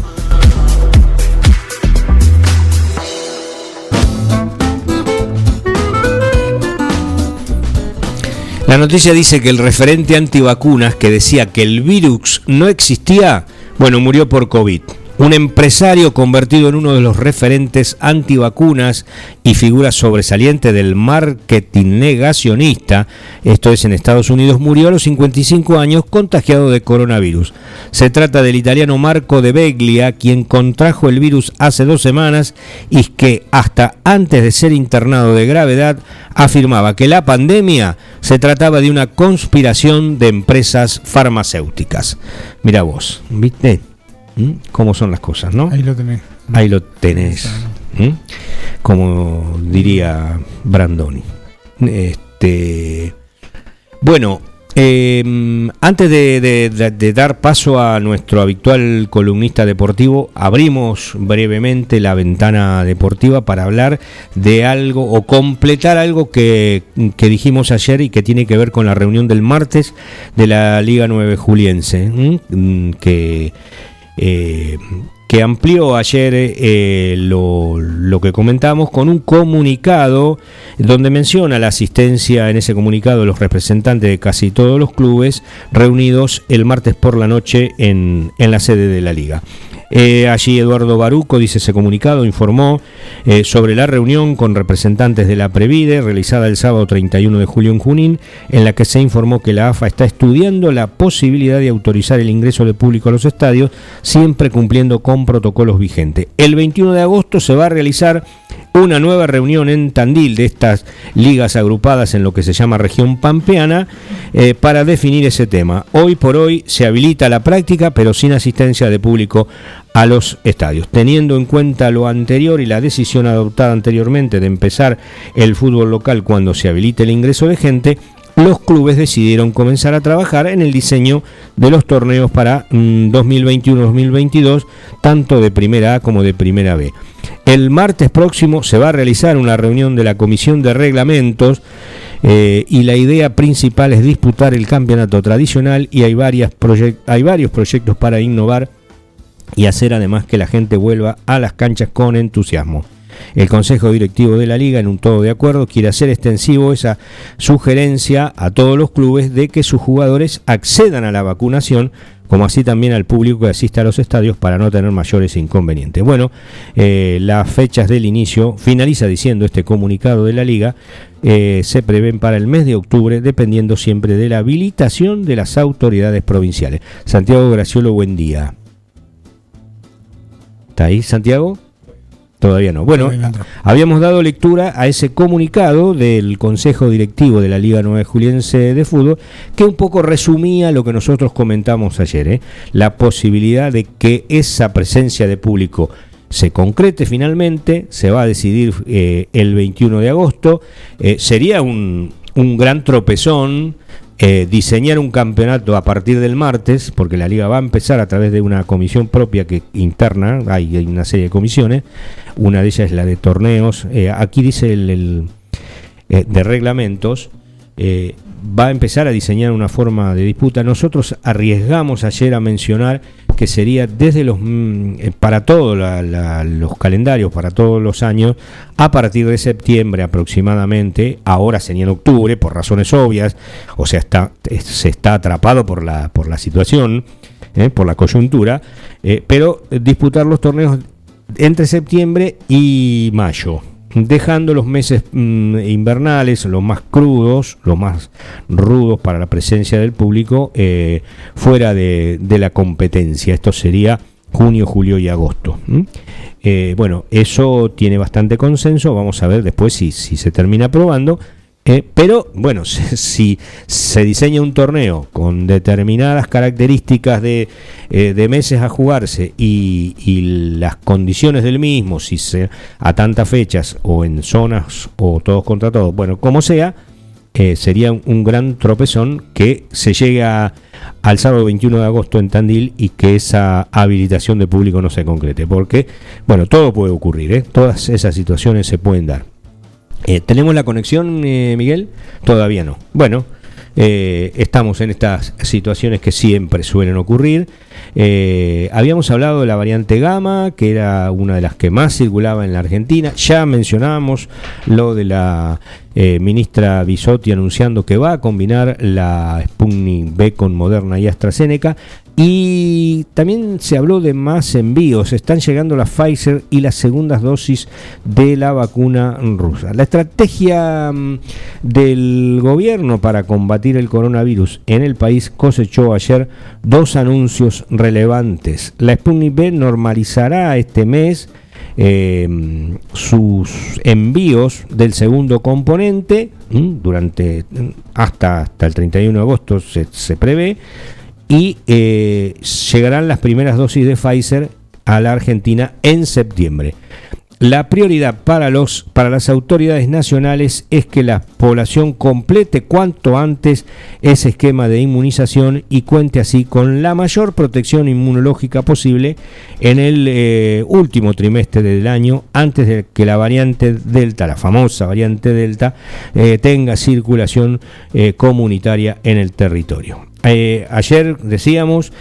La noticia dice que el referente antivacunas que decía que el virus no existía, murió por COVID. Un empresario convertido en uno de los referentes antivacunas y figura sobresaliente del marketing negacionista, esto es en Estados Unidos, murió a los 55 años contagiado de coronavirus. Se trata del italiano Marco De Beglia, quien contrajo el virus hace 2 semanas y que hasta antes de ser internado de gravedad afirmaba que la pandemia se trataba de una conspiración de empresas farmacéuticas. Mira vos, ¿viste? ¿Cómo son las cosas, no? Ahí lo tenés. Ahí lo tenés. Como diría Brandoni. Antes de dar paso a nuestro habitual columnista deportivo, abrimos brevemente la ventana deportiva para hablar de algo o completar algo que dijimos ayer y que tiene que ver con la reunión del martes de la Liga 9 Juliense, que amplió ayer lo que comentamos con un comunicado donde menciona la asistencia en ese comunicado de los representantes de casi todos los clubes reunidos el martes por la noche en la sede de la Liga. Allí Eduardo Baruco, dice ese comunicado, informó sobre la reunión con representantes de la Previde realizada el sábado 31 de julio en Junín, en la que se informó que la AFA está estudiando la posibilidad de autorizar el ingreso de público a los estadios, siempre cumpliendo con protocolos vigentes. El 21 de agosto se va a realizar una nueva reunión en Tandil de estas ligas agrupadas en lo que se llama región pampeana para definir ese tema. Hoy por hoy se habilita la práctica, pero sin asistencia de público a los estadios. Teniendo en cuenta lo anterior y la decisión adoptada anteriormente de empezar el fútbol local cuando se habilite el ingreso de gente, los clubes decidieron comenzar a trabajar en el diseño de los torneos para 2021-2022, tanto de Primera A como de Primera B. El martes próximo se va a realizar una reunión de la Comisión de Reglamentos y la idea principal es disputar el campeonato tradicional y hay varios proyectos para innovar y hacer además que la gente vuelva a las canchas con entusiasmo. El Consejo Directivo de la Liga, en un todo de acuerdo, quiere hacer extensivo esa sugerencia a todos los clubes de que sus jugadores accedan a la vacunación, como así también al público que asiste a los estadios para no tener mayores inconvenientes. Las fechas del inicio, finaliza diciendo este comunicado de la Liga, se prevén para el mes de octubre, dependiendo siempre de la habilitación de las autoridades provinciales. Santiago Graciolo, buen día. ¿Está ahí, Santiago? Todavía no. Habíamos dado lectura a ese comunicado del Consejo Directivo de la Liga 9 Juliense de Fútbol, que un poco resumía lo que nosotros comentamos ayer, la posibilidad de que esa presencia de público se concrete finalmente, se va a decidir el 21 de agosto. Sería un gran tropezón diseñar un campeonato a partir del martes, porque la liga va a empezar a través de una comisión propia interna, hay una serie de comisiones, una de ellas es la de torneos, aquí dice de reglamentos, va a empezar a diseñar una forma de disputa. Nosotros arriesgamos ayer a mencionar que sería desde para todos los calendarios, para todos los años, a partir de septiembre aproximadamente. Ahora sería en octubre, por razones obvias, o sea, se está atrapado por la situación, por la coyuntura, pero disputar los torneos entre septiembre y mayo, dejando los meses invernales, los más crudos, los más rudos para la presencia del público, fuera de la competencia. Esto sería junio, julio y agosto. Bueno, eso tiene bastante consenso, vamos a ver después si se termina aprobando. Pero bueno, si se diseña un torneo con determinadas características de meses a jugarse y las condiciones del mismo, si a tantas fechas o en zonas o todos contra todos, bueno, como sea, sería un gran tropezón que se llegue al sábado 21 de agosto en Tandil y que esa habilitación de público no se concrete, porque bueno, todo puede ocurrir, todas esas situaciones se pueden dar. ¿Tenemos la conexión, Miguel? Todavía no. Bueno, estamos en estas situaciones que siempre suelen ocurrir. Habíamos hablado de la variante Gamma, que era una de las que más circulaba en la Argentina. Ya mencionamos lo de la ministra Bisotti anunciando que va a combinar la Sputnik V con Moderna y AstraZeneca. Y también se habló de más envíos. Están llegando la Pfizer y las segundas dosis de la vacuna rusa. La estrategia del gobierno para combatir el coronavirus en el país cosechó ayer 2 anuncios relevantes. La Sputnik V normalizará este mes sus envíos del segundo componente durante hasta el 31 de agosto se prevé. Y llegarán las primeras dosis de Pfizer a la Argentina en septiembre. La prioridad para las autoridades nacionales es que la población complete cuanto antes ese esquema de inmunización y cuente así con la mayor protección inmunológica posible en el último trimestre del año, antes de que la variante Delta, la famosa variante Delta, tenga circulación comunitaria en el territorio. Ayer decíamos,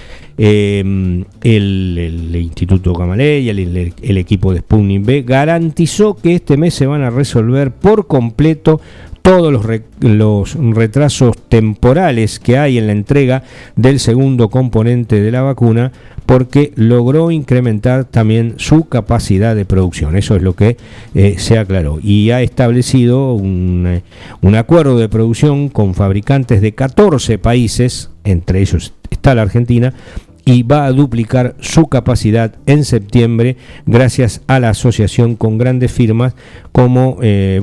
el Instituto Gamaleya, el equipo de Sputnik V garantizó que este mes se van a resolver por completo todos los retrasos temporales que hay en la entrega del segundo componente de la vacuna, porque logró incrementar también su capacidad de producción. Eso es lo que se aclaró. Y ha establecido un acuerdo de producción con fabricantes de 14 países, entre ellos está la Argentina, y va a duplicar su capacidad en septiembre gracias a la asociación con grandes firmas como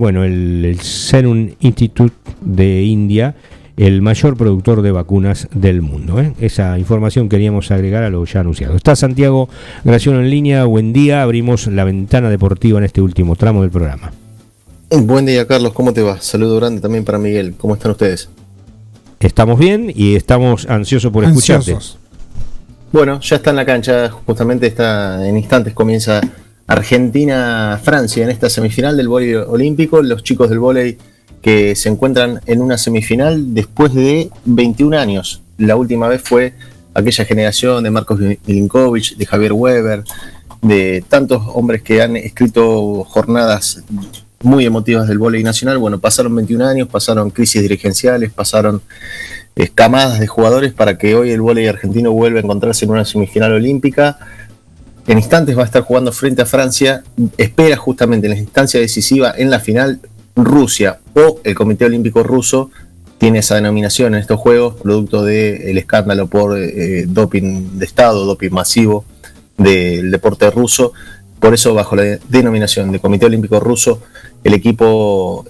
el Serum Institute de India, el mayor productor de vacunas del mundo. Esa información queríamos agregar a lo ya anunciado. Está Santiago Graciano en línea. Buen día, abrimos la ventana deportiva en este último tramo del programa. Buen día, Carlos, ¿cómo te va? Saludo grande también para Miguel. ¿Cómo están ustedes? Estamos bien y estamos ansiosos por escucharte. Bueno, ya está en la cancha, justamente en instantes comienza Argentina-Francia en esta semifinal del vóley olímpico. Los chicos del vóley que se encuentran en una semifinal después de 21 años. La última vez fue aquella generación de Marcos Milinkovic, de Javier Weber, de tantos hombres que han escrito jornadas muy emotivas del vóley nacional. Bueno, pasaron 21 años, pasaron crisis dirigenciales, pasaron camadas de jugadores para que hoy el vóley argentino vuelva a encontrarse en una semifinal olímpica. En instantes va a estar jugando frente a Francia. Espera justamente en la instancia decisiva, en la final, Rusia o el Comité Olímpico Ruso. Tiene esa denominación en estos juegos, producto del escándalo por doping de Estado, doping masivo del deporte ruso. Por eso, bajo la denominación de Comité Olímpico Ruso, el equipo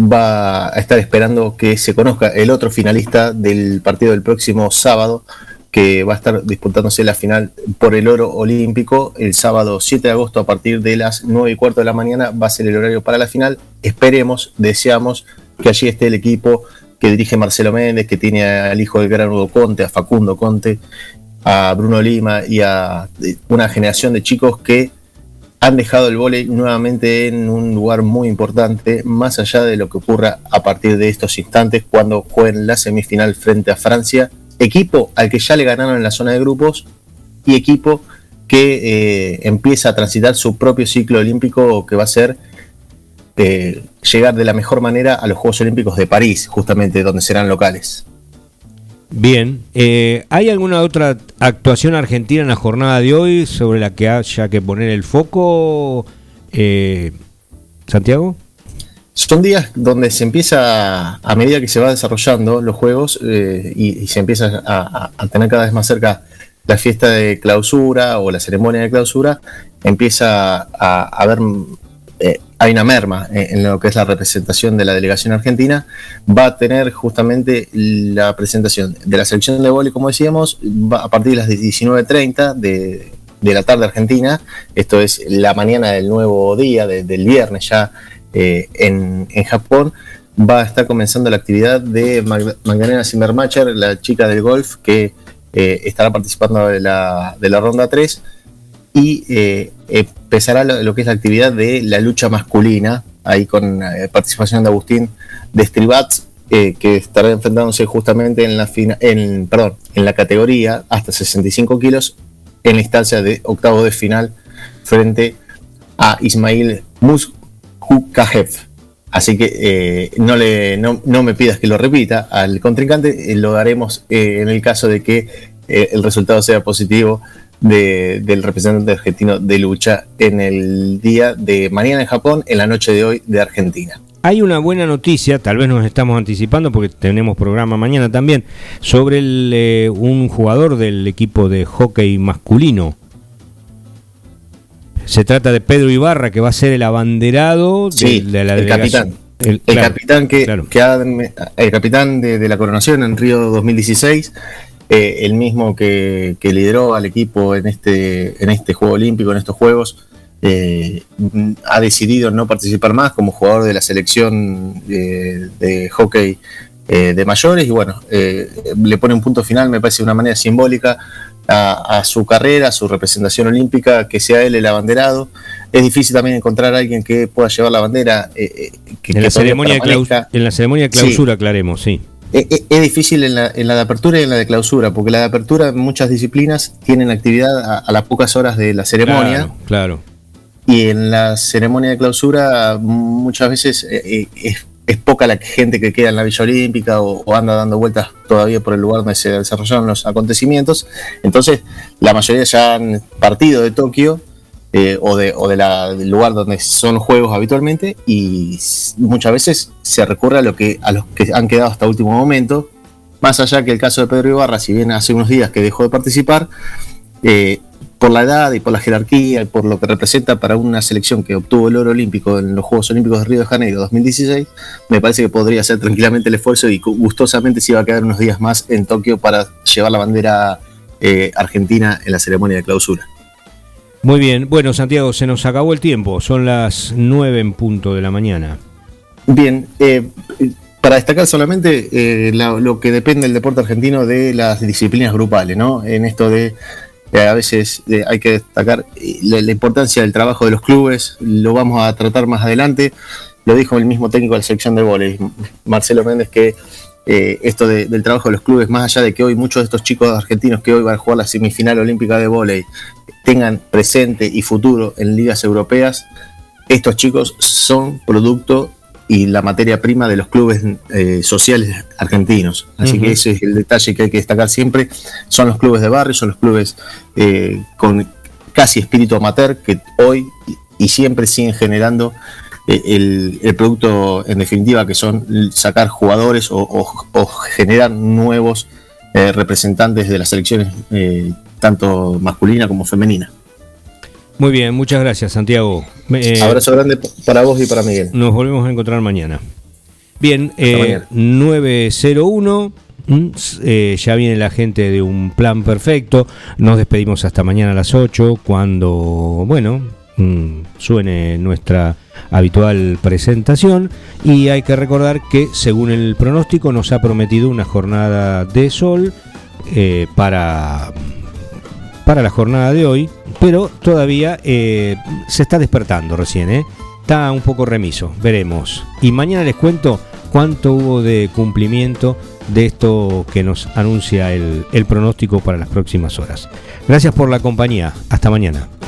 va a estar esperando que se conozca el otro finalista del partido del próximo sábado que va a estar disputándose la final por el oro olímpico el sábado 7 de agosto a partir de las 9:15 de la mañana. Va a ser el horario para la final. Esperemos, deseamos que allí esté el equipo que dirige Marcelo Méndez, que tiene al hijo del gran Hugo Conte, a Facundo Conte, a Bruno Lima y a una generación de chicos que han dejado el vóley nuevamente en un lugar muy importante, más allá de lo que ocurra a partir de estos instantes cuando jueguen la semifinal frente a Francia. Equipo al que ya le ganaron en la zona de grupos y equipo que empieza a transitar su propio ciclo olímpico, que va a ser llegar de la mejor manera a los Juegos Olímpicos de París, justamente donde serán locales. Bien, ¿hay alguna otra actuación argentina en la jornada de hoy sobre la que haya que poner el foco, Santiago? Son días donde se empieza, a medida que se va desarrollando los juegos y se empieza a tener cada vez más cerca la fiesta de clausura o la ceremonia de clausura, empieza a haber, hay una merma en lo que es la representación de la delegación argentina. Va a tener justamente la presentación de la selección de vóley, como decíamos, a partir de las 19:30 de la tarde argentina. Esto es la mañana del nuevo día, del viernes ya. En Japón va a estar comenzando la actividad de Magdalena Zimmermacher, la chica del golf, que estará participando de la ronda 3, y empezará lo que es la actividad de la lucha masculina, ahí con participación de Agustín de Stribats, que estará enfrentándose justamente en la categoría hasta 65 kilos en la instancia de octavo de final frente a Ismail Muskajev. Así que no me pidas que lo repita al contrincante, lo haremos en el caso de que el resultado sea positivo del representante argentino de lucha en el día de mañana en Japón, en la noche de hoy de Argentina. Hay una buena noticia, tal vez nos estamos anticipando porque tenemos programa mañana también, sobre un jugador del equipo de hockey masculino. Se trata de Pedro Ibarra, que va a ser el abanderado de la delegación. El capitán de la coronación en Río 2016, el mismo que lideró al equipo en este Juego Olímpico, en estos Juegos. Ha decidido no participar más como jugador de la selección de hockey de mayores, y bueno, le pone un punto final, me parece de una manera simbólica a su carrera, a su representación olímpica, que sea él el abanderado. Es difícil también encontrar a alguien que pueda llevar la bandera en la ceremonia de clausura, aclaremos, sí. Es difícil en la de apertura y en la de clausura, porque la de apertura en muchas disciplinas tienen actividad a las pocas horas de la ceremonia. Claro. Y en la ceremonia de clausura muchas veces es poca la gente que queda en la Villa Olímpica o anda dando vueltas todavía por el lugar donde se desarrollaron los acontecimientos. Entonces la mayoría ya han partido de Tokio del lugar donde son juegos habitualmente, y muchas veces se recurre a los que han quedado hasta último momento. Más allá que el caso de Pedro Ibarra, si bien hace unos días que dejó de participar, por la edad y por la jerarquía y por lo que representa para una selección que obtuvo el oro olímpico en los Juegos Olímpicos de Río de Janeiro 2016, me parece que podría hacer tranquilamente el esfuerzo y gustosamente se iba a quedar unos días más en Tokio para llevar la bandera argentina en la ceremonia de clausura. Muy bien, bueno, Santiago, se nos acabó el tiempo, son las 9 en punto de la mañana. Bien, para destacar solamente lo que depende del deporte argentino de las disciplinas grupales, ¿no? En esto de a veces hay que destacar la importancia del trabajo de los clubes, lo vamos a tratar más adelante. Lo dijo el mismo técnico de la selección de vóley, Marcelo Méndez, que esto del trabajo de los clubes, más allá de que hoy muchos de estos chicos argentinos que hoy van a jugar la semifinal olímpica de vóley tengan presente y futuro en ligas europeas, estos chicos son producto y la materia prima de los clubes sociales argentinos. Así que ese es el detalle que hay que destacar siempre. Son los clubes de barrio, son los clubes con casi espíritu amateur, que hoy y siempre siguen generando el producto, en definitiva, que son sacar jugadores o generar nuevos representantes de las selecciones, tanto masculina como femenina. Muy bien, muchas gracias, Santiago. Abrazo grande para vos y para Miguel. Nos volvemos a encontrar mañana. Bien, 9:01, Ya viene la gente de Un Plan Perfecto. Nos despedimos hasta mañana a las 8, cuando, suene nuestra habitual presentación. Y hay que recordar que, según el pronóstico, nos ha prometido una jornada de sol para la jornada de hoy, pero todavía se está despertando recién, está un poco remiso, veremos. Y mañana les cuento cuánto hubo de cumplimiento de esto que nos anuncia el pronóstico para las próximas horas. Gracias por la compañía, hasta mañana.